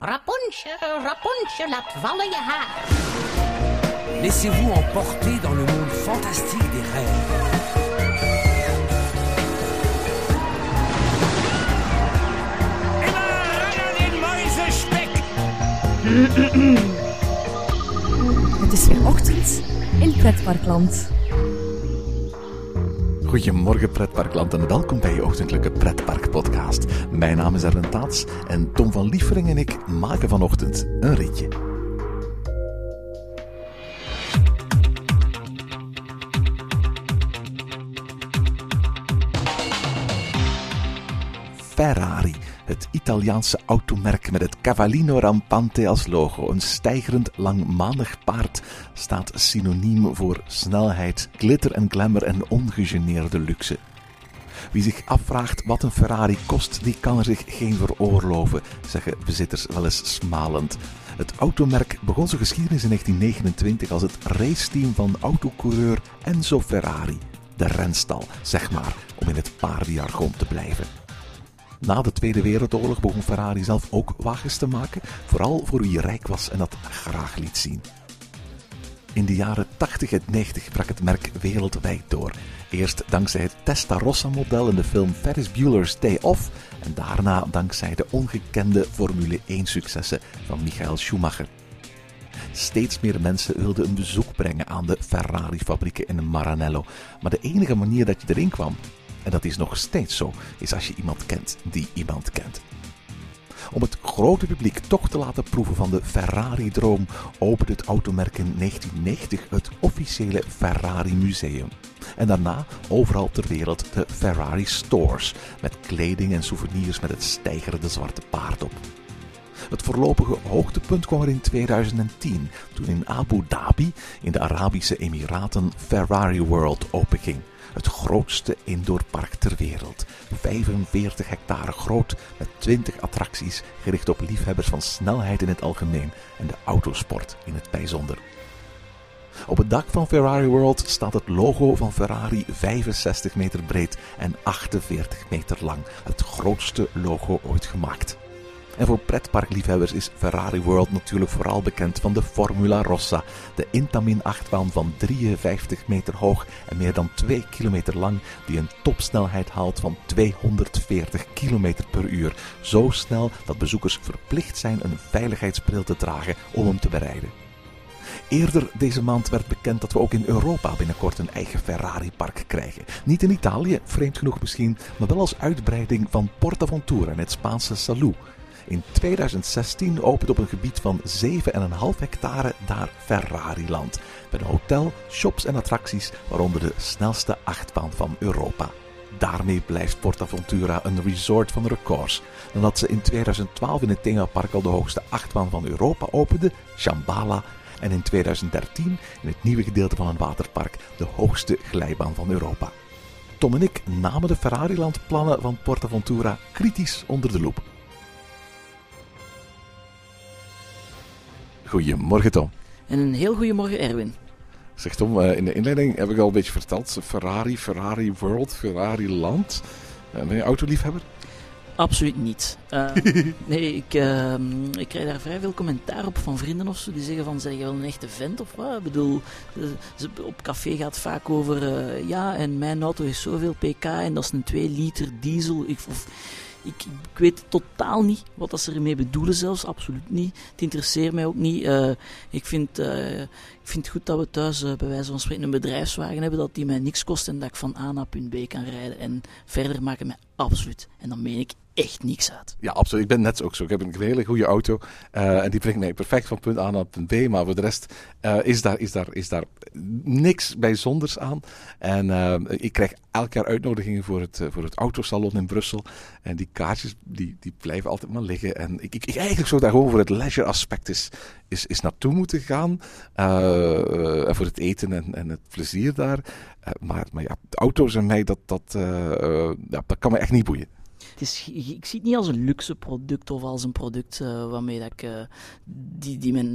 Rapunzel, Rapunzel, laat vallen je haar. Laissez-vous emporter dans le monde fantastique des rêves. Het is weer ochtend in Pretparkland. Goedemorgen Pretparkland en welkom bij je ochtendelijke Pretparkpodcast. Mijn naam is Erwin Taats en Tom van Liefering en ik maken vanochtend een ritje. Ferrari, het Italiaanse automerk met het Cavallino Rampante als logo. Een steigerend langmanig paard staat synoniem voor snelheid, glitter en glamour en ongegeneerde luxe. Wie zich afvraagt wat een Ferrari kost, die kan er zich geen veroorloven, zeggen bezitters wel eens smalend. Het automerk begon zijn geschiedenis in 1929 als het raceteam van autocoureur Enzo Ferrari. De renstal, zeg maar, om in het paardenjargon te blijven. Na de Tweede Wereldoorlog begon Ferrari zelf ook wagens te maken, vooral voor wie rijk was en dat graag liet zien. In de jaren 80 en 90 brak het merk wereldwijd door. Eerst dankzij het Testarossa-model in de film Ferris Bueller's Day Off en daarna dankzij de ongekende Formule 1-successen van Michael Schumacher. Steeds meer mensen wilden een bezoek brengen aan de Ferrari-fabrieken in Maranello, maar de enige manier dat je erin kwam, en dat is nog steeds zo, is als je iemand kent die iemand kent. Om het grote publiek toch te laten proeven van de Ferrari-droom opende het automerk in 1990 het officiële Ferrari Museum. En daarna overal ter wereld de Ferrari Stores, met kleding en souvenirs met het steigerende zwarte paard op. Het voorlopige hoogtepunt kwam er in 2010, toen in Abu Dhabi, in de Arabische Emiraten, Ferrari World openging. Het grootste indoorpark ter wereld. 45 hectare groot, met 20 attracties gericht op liefhebbers van snelheid in het algemeen en de autosport in het bijzonder. Op het dak van Ferrari World staat het logo van Ferrari 65 meter breed en 48 meter lang. Het grootste logo ooit gemaakt. En voor pretparkliefhebbers is Ferrari World natuurlijk vooral bekend van de Formula Rossa, de Intamin-achtbaan van 53 meter hoog en meer dan 2 kilometer lang, die een topsnelheid haalt van 240 kilometer per uur. Zo snel dat bezoekers verplicht zijn een veiligheidsbril te dragen om hem te berijden. Eerder deze maand werd bekend dat we ook in Europa binnenkort een eigen Ferrari-park krijgen. Niet in Italië, vreemd genoeg misschien, maar wel als uitbreiding van Portaventura in het Spaanse Salou. In 2016 opent op een gebied van 7,5 hectare daar Ferrariland. Met een hotel, shops en attracties, waaronder de snelste achtbaan van Europa. Daarmee blijft Portaventura een resort van records. Nadat ze in 2012 in het themapark al de hoogste achtbaan van Europa opende, Shambhala, en in 2013 in het nieuwe gedeelte van een waterpark de hoogste glijbaan van Europa. Tom en ik namen de Ferrariland-plannen van Portaventura kritisch onder de loep. Goedemorgen Tom. En een heel goedemorgen Erwin. Zeg Tom, in de inleiding heb ik al een beetje verteld. Ferrari World, Ferrari Land. Ben je autoliefhebber? Absoluut niet. Nee, ik krijg daar vrij veel commentaar op van vrienden of zo. Die zeggen van, zeg je wel een echte vent of wat? Ik bedoel, op café gaat het vaak over, ja, en mijn auto heeft zoveel pk en dat is een 2 liter diesel. Ik weet totaal niet wat dat ze ermee bedoelen zelfs, absoluut niet. Het interesseert mij ook niet. Ik vind het goed dat we thuis bij wijze van spreken een bedrijfswagen hebben, dat die mij niks kost en dat ik van A naar punt B kan rijden. En verder maken mij absoluut, en dan meen ik, echt niks uit. Ja, absoluut. Ik ben net ook zo. Ik heb een hele goede auto en die brengt mij perfect van punt A naar punt B, maar voor de rest is daar niks bijzonders aan. En ik krijg elk jaar uitnodigingen voor het autosalon in Brussel en die kaartjes die blijven altijd maar liggen. En ik eigenlijk zou daar gewoon voor het leisure aspect is naartoe moeten gaan, voor het eten en het plezier daar. Maar ja, de auto's en mij, dat kan me echt niet boeien. Ik zie het niet als een luxe product of als een product waarmee dat ik, die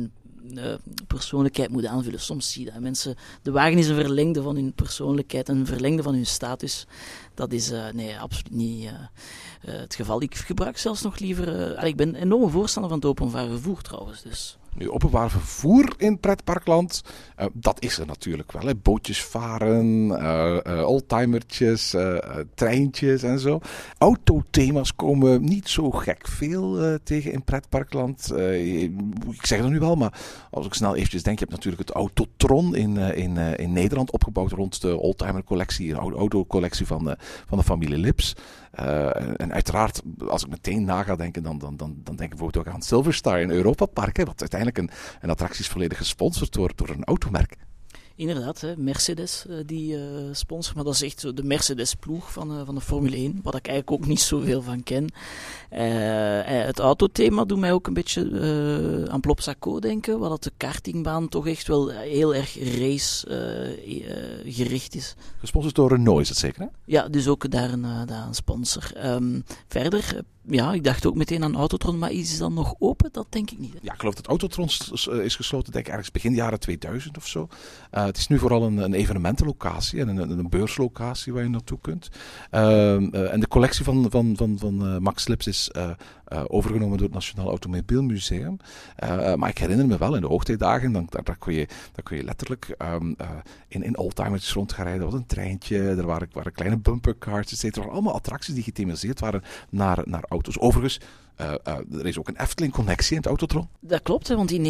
persoonlijkheid moet aanvullen. Soms zie je dat mensen... De wagen is een verlengde van hun persoonlijkheid, een verlengde van hun status. Dat is absoluut niet het geval. Ik gebruik zelfs nog liever... ik ben een enorme voorstander van het openbaar vervoer trouwens, dus... Nu, openbaar vervoer in pretparkland, dat is er natuurlijk wel. Hè. Bootjes varen, oldtimertjes, treintjes en zo. Autothema's komen niet zo gek veel tegen in pretparkland. Ik zeg het nu wel, maar als ik snel eventjes denk, je hebt natuurlijk het Autotron in Nederland opgebouwd rond de oldtimer-collectie, een autocollectie van de familie Lips. En uiteraard, als ik meteen na ga denken, dan denk ik bijvoorbeeld ook aan Silverstar in Europa Park, hè, wat uiteindelijk een attractie is volledig gesponsord door een automerk. Inderdaad, hè, Mercedes die sponsort, maar dat is echt zo de Mercedes-ploeg van de Formule 1, wat ik eigenlijk ook niet zoveel van ken. Het autothema doet mij ook een beetje aan Plopsaco denken, wat dat de kartingbaan toch echt wel heel erg race gericht is. Gesponsord door Renault is het zeker, hè? Ja, dus ook daar een sponsor. Verder... Ja, ik dacht ook meteen aan Autotron, maar is het dan nog open? Dat denk ik niet. Hè? Ja, ik geloof dat Autotron is gesloten, denk ik, ergens begin jaren 2000 of zo. Het is nu vooral een evenementenlocatie en een beurslocatie waar je naartoe kunt. En de collectie van Max Lips is overgenomen door het Nationaal Automobielmuseum. Maar ik herinner me wel, in de hoogtijdagen, daar kon je letterlijk in oldtimers rond gaan rijden. Er was een treintje, er waren kleine bumpercars, etc. Er waren allemaal attracties die gethematiseerd waren naar auto's. Overigens, er is ook een Efteling-connectie in het Autotron. Dat klopt, hè, want in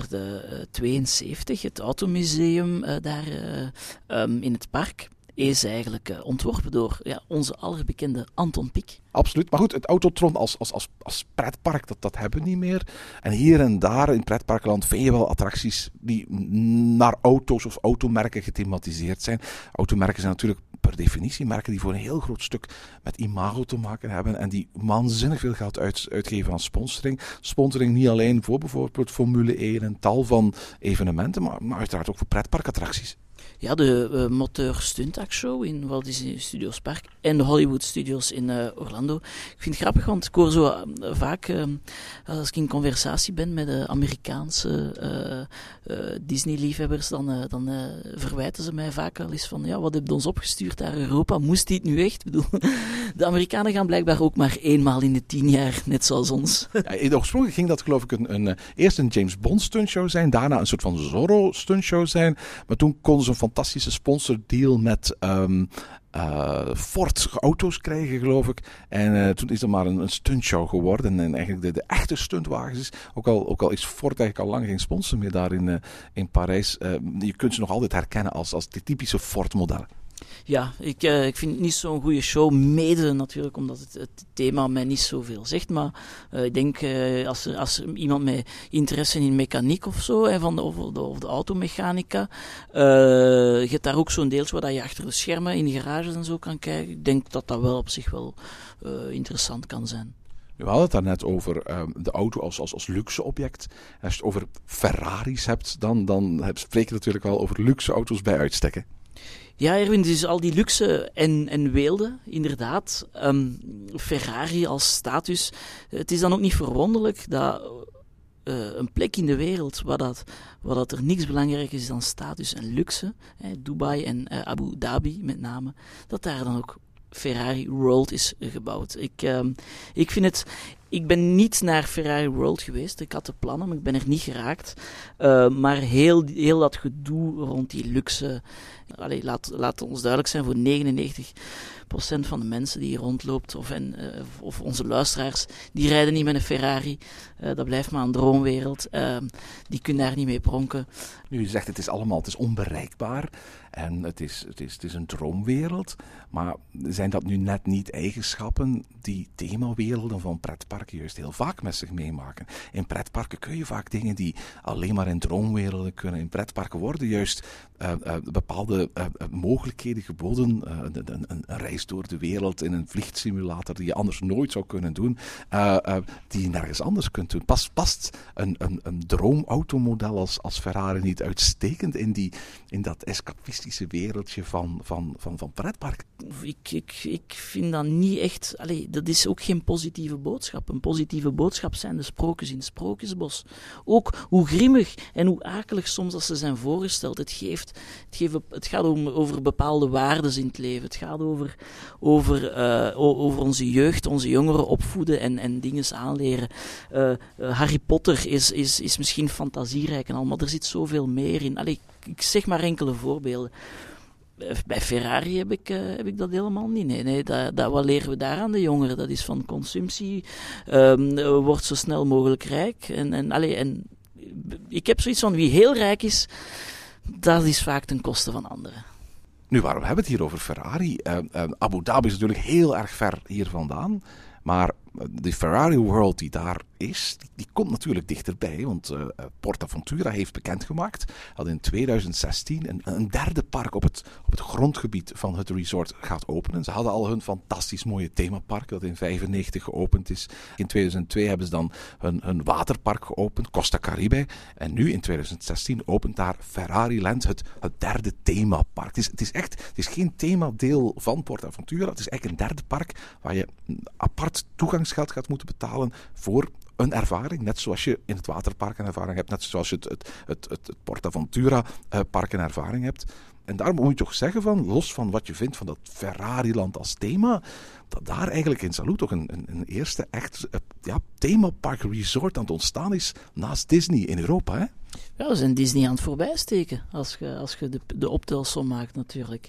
1972 het Automuseum daar in het park is eigenlijk ontworpen door onze allerbekende Anton Pieck. Absoluut, maar goed, het Autotron als pretpark, dat hebben we niet meer. En hier en daar in pretparkland vind je wel attracties die naar auto's of automerken gethematiseerd zijn. Automerken zijn natuurlijk per definitie merken die voor een heel groot stuk met imago te maken hebben en die waanzinnig veel geld uitgeven aan sponsoring. Sponsoring niet alleen voor bijvoorbeeld Formule 1 en tal van evenementen, maar uiteraard ook voor pretparkattracties. Ja, de Moteur Stunt Show in Walt Disney Studios Park en de Hollywood Studios in Orlando. Ik vind het grappig, want ik hoor zo vaak, als ik in conversatie ben met de Amerikaanse Disney-liefhebbers, dan verwijten ze mij vaak al eens van, wat heb je ons opgestuurd naar Europa? Moest dit nu echt? Ik bedoel, de Amerikanen gaan blijkbaar ook maar eenmaal in de 10 jaar, net zoals ons. Ja, oorspronkelijk ging dat geloof ik eerst een James Bond stuntshow zijn, daarna een soort van Zorro stuntshow zijn, maar toen konden ze een fantastische sponsordeal met Ford auto's krijgen, geloof ik. En toen is er maar een stuntshow geworden. En eigenlijk de echte stuntwagens is, ook al is Ford eigenlijk al lang geen sponsor meer daar in Parijs. Je kunt ze nog altijd herkennen als de typische Ford-modellen. Ja, ik vind het niet zo'n goede show, mede natuurlijk omdat het thema mij niet zoveel zegt, maar ik denk als er iemand met interesse in mechaniek of zo, of de automechanica, je hebt daar ook zo'n deeltje waar je achter de schermen in de garages en zo kan kijken. Ik denk dat dat wel op zich wel interessant kan zijn. We hadden het daarnet over de auto als luxe object. Als je het over Ferraris hebt, dan spreek je natuurlijk wel over luxe auto's bij uitstek. Ja, Erwin, dus al die luxe en weelde, inderdaad. Ferrari als status. Het is dan ook niet verwonderlijk dat een plek in de wereld waar dat er niks belangrijker is dan status en luxe, Dubai en Abu Dhabi met name, dat daar dan ook Ferrari World is gebouwd. Ik vind het... Ik ben niet naar Ferrari World geweest. Ik had de plannen, maar ik ben er niet geraakt. Maar heel dat gedoe rond die luxe... Laat ons duidelijk zijn, voor 99% van de mensen die hier rondloopt, of onze luisteraars, die rijden niet met een Ferrari. Dat blijft maar een droomwereld. Die kunnen daar niet mee pronken. Nu, je zegt het is onbereikbaar en het is een droomwereld. Maar zijn dat nu net niet eigenschappen die themawerelden van pretparken juist heel vaak met zich meemaken? In pretparken kun je vaak dingen die alleen maar in droomwerelden kunnen. In pretparken worden juist bepaalde bepaalde mogelijkheden geboden. Een reis door de wereld in een vliegsimulator die je anders nooit zou kunnen doen. Die je nergens anders kunt doen. Past een droomautomodel als Ferrari niet uitstekend in dat escapistische wereldje van pretpark? Ik vind dat niet echt... Allee, dat is ook geen positieve boodschap. Een positieve boodschap zijn de sprookjes in het Sprookjesbos. Ook hoe grimmig en hoe akelig soms dat ze zijn voorgesteld. Het gaat over bepaalde waarden in het leven. Het gaat over onze jeugd, onze jongeren opvoeden en dingen aanleren. Harry Potter is misschien fantasierijk en al, maar er zit zoveel meer in. Allee, ik zeg maar enkele voorbeelden. Bij Ferrari heb ik dat helemaal niet. Nee, wat leren we daar aan de jongeren? Dat is van consumptie, word zo snel mogelijk rijk. En ik heb zoiets van, wie heel rijk is, dat is vaak ten koste van anderen. Nu, waarom hebben we het hier over Ferrari? Abu Dhabi is natuurlijk heel erg ver hier vandaan. Maar de Ferrari World die daar is, die komt natuurlijk dichterbij. Want PortAventura heeft bekendgemaakt dat in 2016 een derde park op het grondgebied van het resort gaat openen. Ze hadden al hun fantastisch mooie themapark dat in 1995 geopend is. In 2002 hebben ze dan hun waterpark geopend, Costa Caribe. En nu in 2016 opent daar Ferrari Land, het derde themapark. Het is geen themadeel van PortAventura. Het is eigenlijk een derde park waar je apart toegangsgeld gaat moeten betalen voor een ervaring, net zoals je in het waterpark een ervaring hebt, net zoals je het PortAventura park een ervaring hebt. En daarom moet je toch zeggen van, los van wat je vindt van dat Ferrari-land als thema, dat daar eigenlijk in Salou toch een eerste echt themapark resort aan het ontstaan is naast Disney in Europa, hè? Ja, we zijn Disney aan het voorbijsteken, als je de optelsom maakt natuurlijk.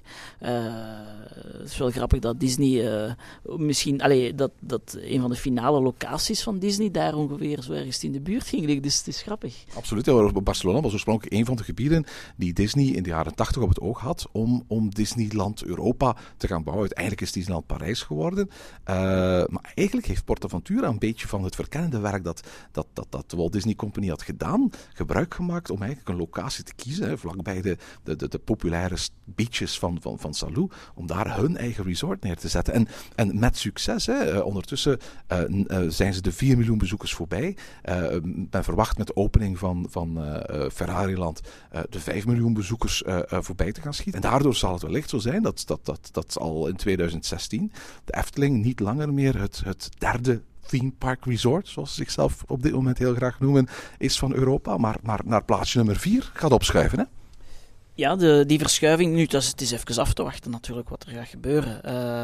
Het is wel grappig dat Disney misschien... dat een van de finale locaties van Disney daar ongeveer zo ergens in de buurt ging liggen, dus het is grappig. Absoluut, ja, Barcelona was oorspronkelijk een van de gebieden die Disney in de jaren 80 op het oog had om Disneyland Europa te gaan bouwen. Uiteindelijk is Disneyland Parijs geworden. Maar eigenlijk heeft PortAventura een beetje van het verkennende werk dat de Walt Disney Company had gedaan, gebruik gemaakt om eigenlijk een locatie te kiezen, vlakbij de populaire beaches van Salou, om daar hun eigen resort neer te zetten. En met succes. Ondertussen zijn ze de 4 miljoen bezoekers voorbij. Men verwacht met de opening van Ferrariland de 5 miljoen bezoekers voorbij te gaan schieten. En daardoor zal het wellicht zo zijn dat al in 2016 de Efteling niet langer meer het derde theme park resort, zoals ze zichzelf op dit moment heel graag noemen, is van Europa, maar naar plaatsje nummer 4 gaat opschuiven, hè? Ja, die verschuiving nu, het is even af te wachten natuurlijk wat er gaat gebeuren.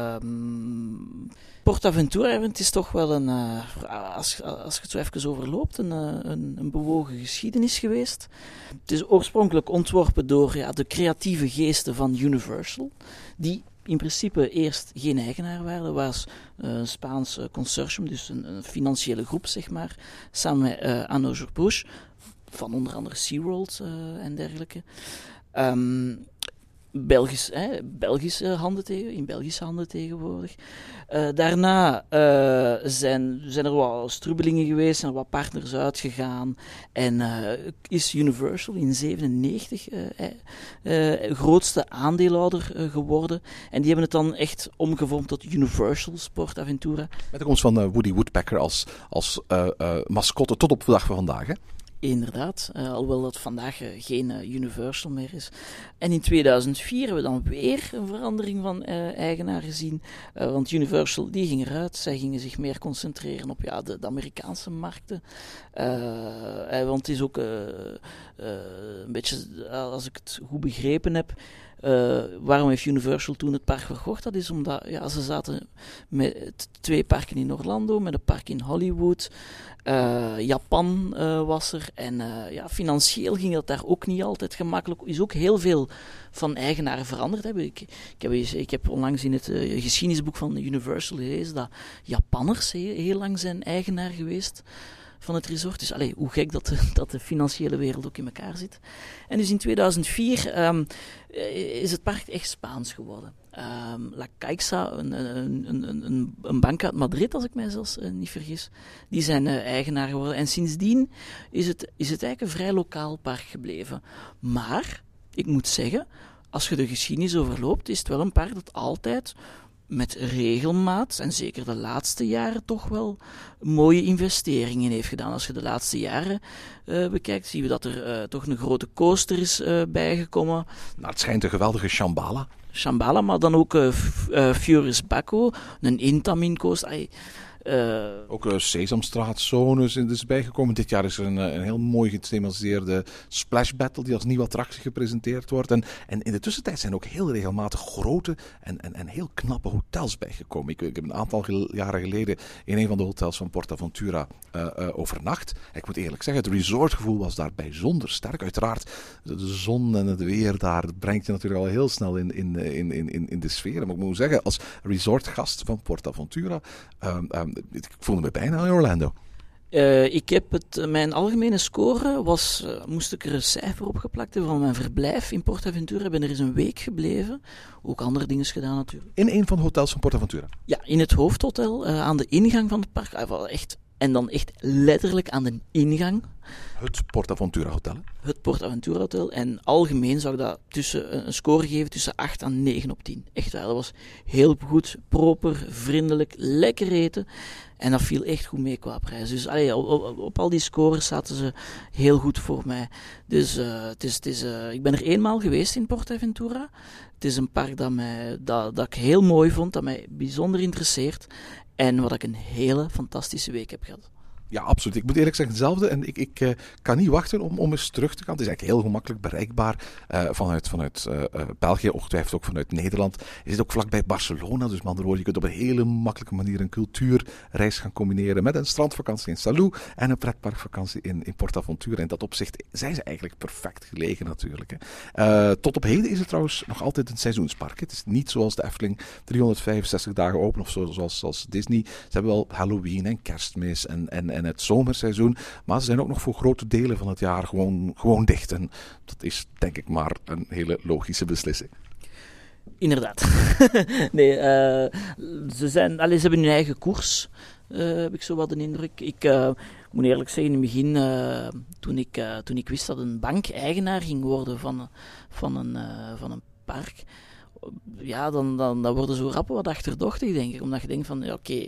PortAventura, het is toch wel als je het zo even overloopt, een bewogen geschiedenis geweest. Het is oorspronkelijk ontworpen door de creatieve geesten van Universal, die in principe eerst geen eigenaar waren. Dat was een Spaans consortium, dus een financiële groep, zeg maar, samen met Anheuser-Busch, van onder andere SeaWorld en dergelijke. Belgische handen tegenwoordig. Daarna zijn er wat strubbelingen geweest, zijn er wat partners uitgegaan en is Universal in 1997 grootste aandeelhouder geworden. En die hebben het dan echt omgevormd tot Universal PortAventura. Met de komst van Woody Woodpecker als mascotte tot op de dag van vandaag, hè? Inderdaad, alhoewel dat vandaag geen Universal meer is. En in 2004 hebben we dan weer een verandering van eigenaar gezien. Want Universal die ging eruit. Zij gingen zich meer concentreren op de Amerikaanse markten. Want het is ook een beetje, als ik het goed begrepen heb, waarom heeft Universal toen het park verkocht? Dat is omdat ze zaten met 2 parken in Orlando, met een park in Hollywood. Japan was er en financieel ging dat daar ook niet altijd gemakkelijk. Is ook heel veel van eigenaren veranderd. Ik heb onlangs in het geschiedenisboek van Universal gelezen dat Japanners heel lang zijn eigenaar geweest van het resort. Dus hoe gek dat de financiële wereld ook in elkaar zit. En dus in 2004 is het park echt Spaans geworden. La Caixa, een bank uit Madrid, als ik mij zelfs niet vergis, die zijn eigenaar geworden. En sindsdien is het eigenlijk een vrij lokaal park gebleven. Maar, ik moet zeggen, als je de geschiedenis overloopt, is het wel een park dat altijd met regelmaat, en zeker de laatste jaren toch wel mooie investeringen heeft gedaan. Als je de laatste jaren bekijkt, zien we dat er toch een grote coaster is bijgekomen. Nou, het schijnt een geweldige Shambhala, maar dan ook Furious Baco, een Intamin coaster. Ook Sesamstraat-zones is bijgekomen. Dit jaar is er een heel mooi gethematiseerde Splash Battle die als nieuwe attractie gepresenteerd wordt. En in de tussentijd zijn ook heel regelmatig grote en heel knappe hotels bijgekomen. Ik heb een aantal jaren geleden in een van de hotels van PortAventura overnacht. Ik moet eerlijk zeggen, het resortgevoel was daar bijzonder sterk. Uiteraard, de zon en het weer daar brengt je natuurlijk al heel snel in de sfeer. Maar ik moet zeggen, als resortgast van PortAventura ik voelde me bijna in Orlando. Ik heb mijn algemene score moest ik er een cijfer op geplakt hebben van mijn verblijf in PortAventura. Ik ben er eens een week gebleven. Ook andere dingen gedaan natuurlijk. In een van de hotels van PortAventura? Ja, in het hoofdhotel, aan de ingang van het park. Echt, en dan echt letterlijk aan de ingang. Het PortAventura Hotel? Het PortAventura Hotel. En algemeen zou ik dat een score geven tussen 8 en 9 op 10. Echt waar, dat was heel goed, proper, vriendelijk, lekker eten. En dat viel echt goed mee qua prijs. Dus op al die scores zaten ze heel goed voor mij. Dus ik ben er eenmaal geweest in PortAventura. Het is een park dat ik heel mooi vond, dat mij bijzonder interesseert. En wat ik een hele fantastische week heb gehad. Ja, absoluut. Ik moet eerlijk zeggen hetzelfde. En ik kan niet wachten om eens terug te gaan. Het is eigenlijk heel gemakkelijk bereikbaar vanuit België, ongetwijfeld ook vanuit Nederland. Je zit ook vlakbij Barcelona, dus met andere woorden, je kunt op een hele makkelijke manier een cultuurreis gaan combineren met een strandvakantie in Salou en een pretparkvakantie in PortAventura. In dat opzicht zijn ze eigenlijk perfect gelegen natuurlijk. Hè. Tot op heden is het trouwens nog altijd een seizoenspark. Het is niet zoals de Efteling 365 dagen open of zoals Disney. Ze hebben wel Halloween en Kerstmis en het zomerseizoen, maar ze zijn ook nog voor grote delen van het jaar gewoon dicht. En dat is denk ik maar een hele logische beslissing. Inderdaad. Nee, ze hebben hun eigen koers, heb ik zo wat een indruk. Ik moet eerlijk zeggen, in het begin, toen ik wist dat een bank eigenaar ging worden van een park, ja, dan worden zo rap wat achterdochtig, denk ik. Omdat je denkt van, ja, oké,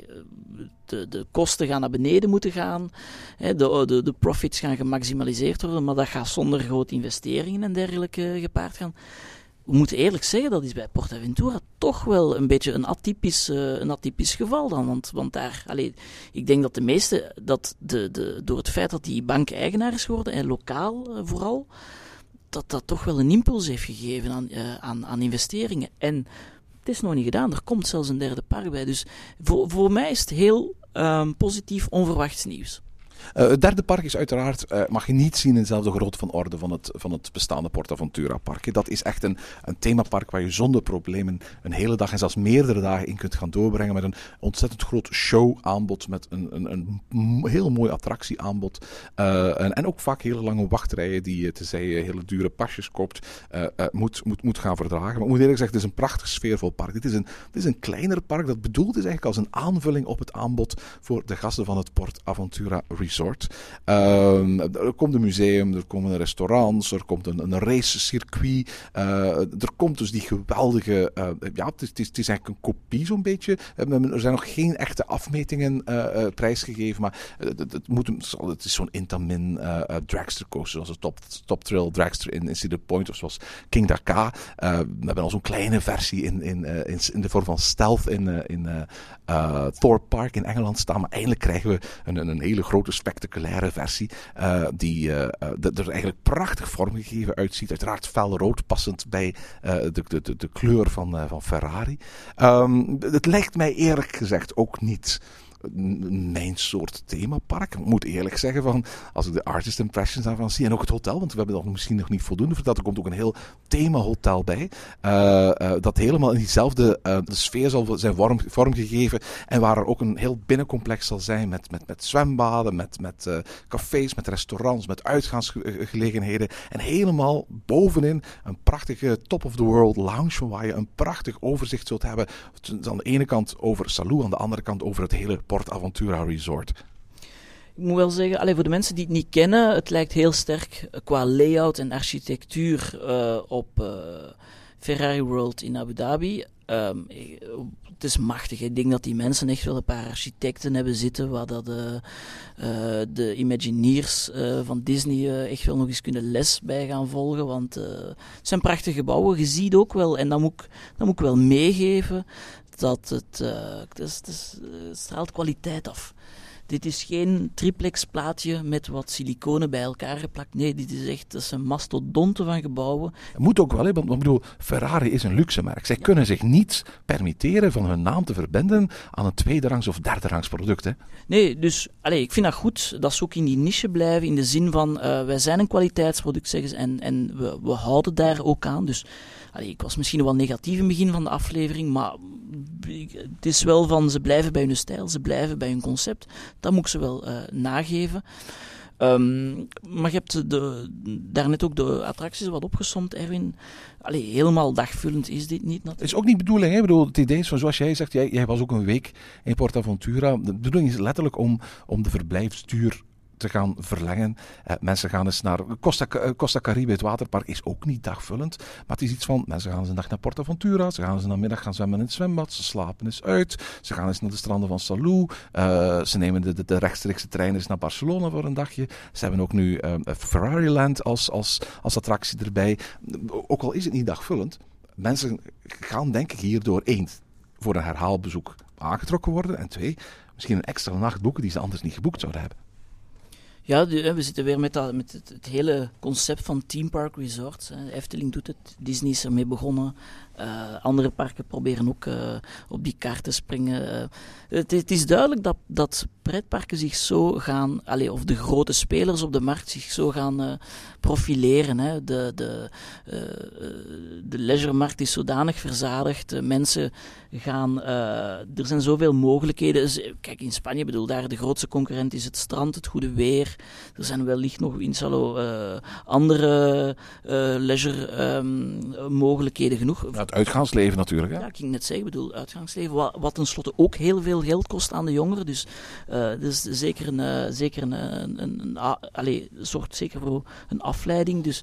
de kosten gaan naar beneden moeten gaan, hè, de profits gaan gemaximaliseerd worden, maar dat gaat zonder grote investeringen en dergelijke gepaard gaan. We moeten eerlijk zeggen, dat is bij PortAventura toch wel een beetje een atypisch geval dan. Want daar, ik denk dat de meeste, door het feit dat die bank eigenaar is geworden, en lokaal vooral, dat toch wel een impuls heeft gegeven aan investeringen. En het is nog niet gedaan, er komt zelfs een derde park bij. Dus voor mij is het heel positief, onverwachts nieuws. Het derde park is uiteraard, mag je niet zien in dezelfde grootte van orde van het bestaande PortAventura park. Dat is echt een themapark waar je zonder problemen een hele dag en zelfs meerdere dagen in kunt gaan doorbrengen met een ontzettend groot showaanbod, met een heel mooi attractieaanbod en ook vaak hele lange wachtrijen die je, tenzij je hele dure pasjes koopt, moet gaan verdragen. Maar ik moet eerlijk zeggen, het is een prachtig sfeervol park. Dit is een kleiner park dat bedoeld is eigenlijk als een aanvulling op het aanbod voor de gasten van het PortAventura Resort. Er komt een museum, er komen restaurants, er komt een racecircuit. Er komt dus die geweldige... het is eigenlijk een kopie zo'n beetje. Er zijn nog geen echte afmetingen prijsgegeven, maar het is zo'n Intamin dragster coaster, zoals de Top Thrill dragster in Cedar Point, of zoals King Dakar. We hebben al zo'n kleine versie in de vorm van Stealth in Thorpe Park in Engeland staan, maar eindelijk krijgen we een hele grote spectaculaire versie die er eigenlijk prachtig vormgegeven uitziet. Uiteraard felrood, passend bij de kleur van Ferrari. Het lijkt mij eerlijk gezegd ook niet mijn soort themapark. Ik moet eerlijk zeggen, van als ik de artist impressions daarvan zie en ook het hotel, want we hebben dat misschien nog niet voldoende verteld, er komt ook een heel themahotel bij, dat helemaal in diezelfde sfeer zal zijn vormgegeven en waar er ook een heel binnencomplex zal zijn met zwembaden, met cafés, met restaurants, met uitgaansgelegenheden en helemaal bovenin een prachtige top of the world lounge waar je een prachtig overzicht zult hebben. Aan de ene kant over Salou, aan de andere kant over het hele PortAventura Resort. Ik moet wel zeggen, voor de mensen die het niet kennen, het lijkt heel sterk qua layout en architectuur op Ferrari World in Abu Dhabi. Het is machtig. Ik denk dat die mensen echt wel een paar architecten hebben zitten waar dat de Imagineers van Disney echt wel nog eens kunnen les bij gaan volgen. Want het zijn prachtige gebouwen. Je ziet ook wel, en dat moet ik wel meegeven, dat het straalt kwaliteit af. Dit is geen triplex plaatje met wat siliconen bij elkaar geplakt. Nee, dat zijn mastodonten van gebouwen. Het moet ook wel, want ik bedoel, Ferrari is een luxemerk. Zij kunnen zich niet permitteren van hun naam te verbinden aan een tweederangs of derderangs product. Hè? Nee, dus ik vind dat goed dat ze ook in die niche blijven, in de zin van wij zijn een kwaliteitsproduct, zeggen ze, en we houden daar ook aan. Dus ik was misschien wel negatief in het begin van de aflevering, maar het is wel van, ze blijven bij hun stijl, ze blijven bij hun concept. Dat moet ik ze wel nageven. Maar je hebt daarnet ook de attracties wat opgesomd, Erwin. Helemaal dagvullend is dit niet natuurlijk. Het is ook niet de bedoeling, hè? Ik bedoel, het idee is van, zoals jij zegt, jij was ook een week in PortAventura. De bedoeling is letterlijk om de verblijfsduur te gaan verlengen. Mensen gaan eens naar Costa Caribe, het waterpark, is ook niet dagvullend. Maar het is iets van, mensen gaan eens een dag naar PortAventura, ze gaan eens een middag gaan zwemmen in het zwembad, ze slapen eens uit, ze gaan eens naar de stranden van Salou, ze nemen de rechtstreekse trein eens naar Barcelona voor een dagje. Ze hebben ook nu Ferrari Land als attractie erbij. Ook al is het niet dagvullend, mensen gaan denk ik hierdoor 1, voor een herhaalbezoek aangetrokken worden, en 2, misschien een extra nacht boeken die ze anders niet geboekt zouden hebben. Ja, we zitten weer met het hele concept van Theme Park Resorts. Efteling doet het, Disney is ermee begonnen. Andere parken proberen ook op die kaart te springen. Het is duidelijk dat pretparken zich zo gaan, of de grote spelers op de markt zich zo gaan profileren. Hè. De leisuremarkt is zodanig verzadigd. Mensen gaan, er zijn zoveel mogelijkheden. Kijk, in Spanje, bedoel, daar de grootste concurrent is het strand, het goede weer. Er zijn wellicht nog in Salo andere leisure mogelijkheden genoeg. Ja, het uitgaansleven natuurlijk. Hè? Ja, ik ging net zeggen, bedoel, uitgaansleven, wat tenslotte ook heel veel geld kost aan de jongeren. Dus dat is zeker zeker voor een afleiding. Dus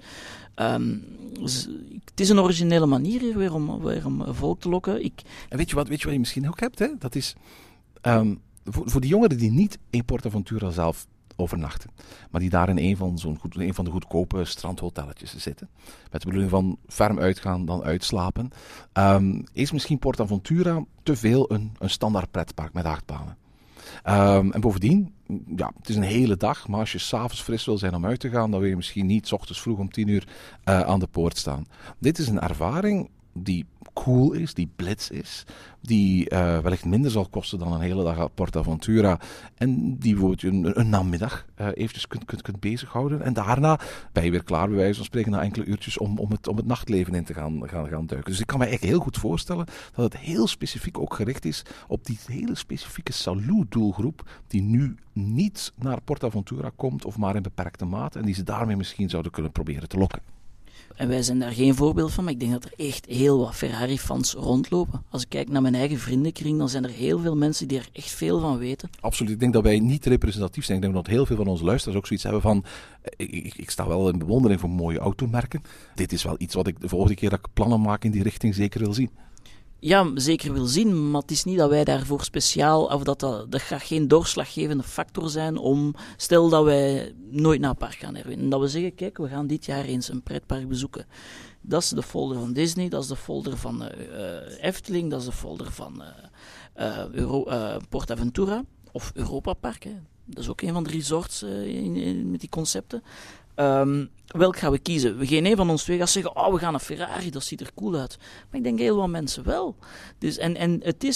het is een originele manier hier weer om volk te lokken. En weet je wat je misschien ook hebt? Hè? Dat is voor die jongeren die niet in PortAventura zelf overnachten, maar die daar in een van de goedkope strandhotelletjes zitten, met de bedoeling van ferm uitgaan, dan uitslapen, is misschien PortAventura te veel een standaard pretpark met achtbanen. En bovendien, ja, het is een hele dag, maar als je 's avonds fris wil zijn om uit te gaan, dan wil je misschien niet 's ochtends vroeg om 10:00 aan de poort staan. Dit is een ervaring die cool is, die blitz is, die wellicht minder zal kosten dan een hele dag op PortAventura, en die je een namiddag eventjes kunt bezighouden, en daarna ben je weer klaar, bij wijze van spreken, na enkele uurtjes om het nachtleven in te gaan duiken. Dus ik kan me eigenlijk heel goed voorstellen dat het heel specifiek ook gericht is op die hele specifieke Salou-doelgroep die nu niet naar PortAventura komt, of maar in beperkte mate, en die ze daarmee misschien zouden kunnen proberen te lokken. En wij zijn daar geen voorbeeld van, maar ik denk dat er echt heel wat Ferrari-fans rondlopen. Als ik kijk naar mijn eigen vriendenkring, dan zijn er heel veel mensen die er echt veel van weten. Absoluut. Ik denk dat wij niet representatief zijn. Ik denk dat heel veel van onze luisteraars ook zoiets hebben van, ik sta wel in bewondering voor mooie automerken. Dit is wel iets wat ik de volgende keer dat ik plannen maak in die richting zeker wil zien. Ja, zeker wil zien, maar het is niet dat wij daarvoor speciaal, of dat gaat geen doorslaggevende factor zijn om, stel dat wij nooit naar een park gaan, Erwin, en dat we zeggen, kijk, we gaan dit jaar eens een pretpark bezoeken. Dat is de folder van Disney, dat is de folder van Efteling, dat is de folder van PortAventura, of Europa Park, hè. Dat is ook een van de resorts met die concepten. Welk gaan we kiezen? We gaan een van ons twee gaan zeggen, we gaan naar Ferrari, dat ziet er cool uit. Maar ik denk heel wat mensen wel. Dus, en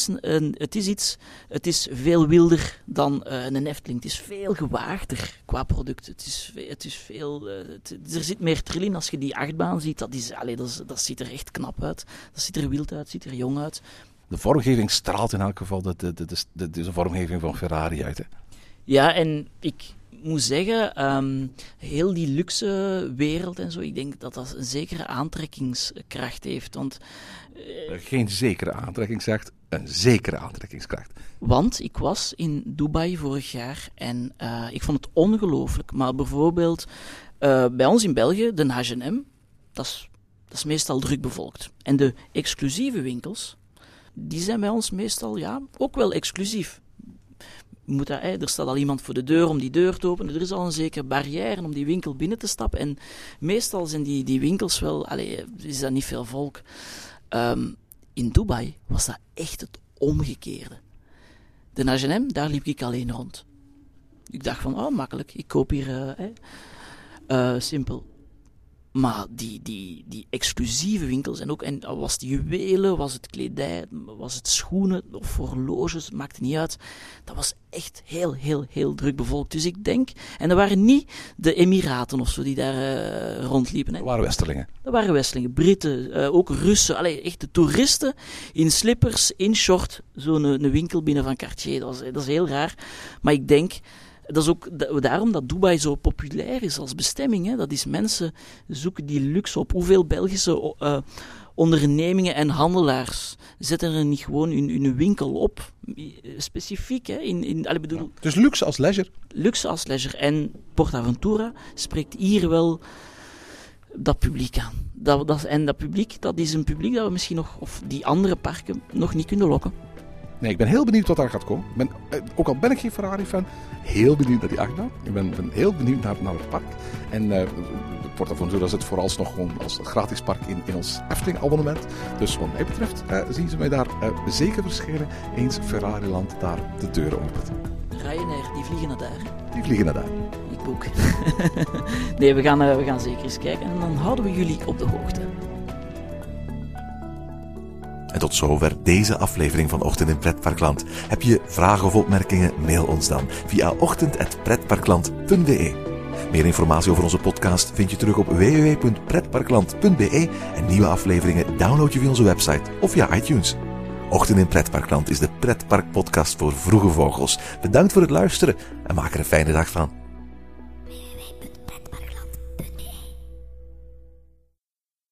het is veel wilder dan een Efteling. Het is veel gewaagder qua product. Het is veel, er zit meer trill in. Als je die achtbaan ziet, dat ziet er echt knap uit. Dat ziet er wild uit, ziet er jong uit. De vormgeving straalt in elk geval de vormgeving van Ferrari uit, hè? Ja, en ik moet zeggen, heel die luxe wereld en zo, ik denk dat dat een zekere aantrekkingskracht heeft. Want, geen zekere aantrekkingskracht, een zekere aantrekkingskracht. Want ik was in Dubai vorig jaar en ik vond het ongelooflijk. Maar bijvoorbeeld bij ons in België, de H&M, dat is Dat is meestal druk bevolkt. En de exclusieve winkels, die zijn bij ons meestal ook wel exclusief. Er staat al iemand voor de deur om die deur te openen. Er is al een zekere barrière om die winkel binnen te stappen. En meestal zijn die winkels wel... is dat niet veel volk. In Dubai was dat echt het omgekeerde. De H&M, daar liep ik alleen rond. Ik dacht van, makkelijk. Ik koop hier... simpel. Maar die exclusieve winkels, en was het juwelen, was het kledij, was het schoenen of horloges, maakte niet uit. Dat was echt heel, heel, heel druk bevolkt. Dus ik denk, en dat waren niet de Emiraten of zo die daar rondliepen. Hè. Dat waren Westerlingen. Dat waren Westerlingen, Britten, ook Russen. Echt de toeristen in slippers, in short, zo'n winkel binnen van Cartier. Dat is heel raar. Maar ik denk... Dat is ook daarom dat Dubai zo populair is als bestemming. Hè. Dat is mensen zoeken die luxe op. Hoeveel Belgische ondernemingen en handelaars zetten er niet gewoon hun winkel op? Specifiek. Hè. Dus luxe als leisure? Luxe als leisure. En PortAventura spreekt hier wel dat publiek aan. Dat publiek, dat is een publiek dat we misschien nog, of die andere parken, nog niet kunnen lokken. Nee, ik ben heel benieuwd wat daar gaat komen. Ook al ben ik geen Ferrari-fan, heel benieuwd naar die achtbaan. Ik ben heel benieuwd naar het park. En PortAventura zit vooralsnog gewoon als gratis park in ons Efteling-abonnement. Dus wat mij betreft zien ze mij daar zeker verschijnen eens Ferrariland daar de deuren opent. Ryanair, die vliegen naar daar. Die vliegen naar daar. Ik ook. Nee, we gaan zeker eens kijken en dan houden we jullie op de hoogte. En tot zover deze aflevering van Ochtend in Pretparkland. Heb je vragen of opmerkingen? Mail ons dan via ochtend@pretparkland.be. Meer informatie over onze podcast vind je terug op www.pretparkland.be en nieuwe afleveringen download je via onze website of via iTunes. Ochtend in Pretparkland is de pretparkpodcast voor vroege vogels. Bedankt voor het luisteren en maak er een fijne dag van.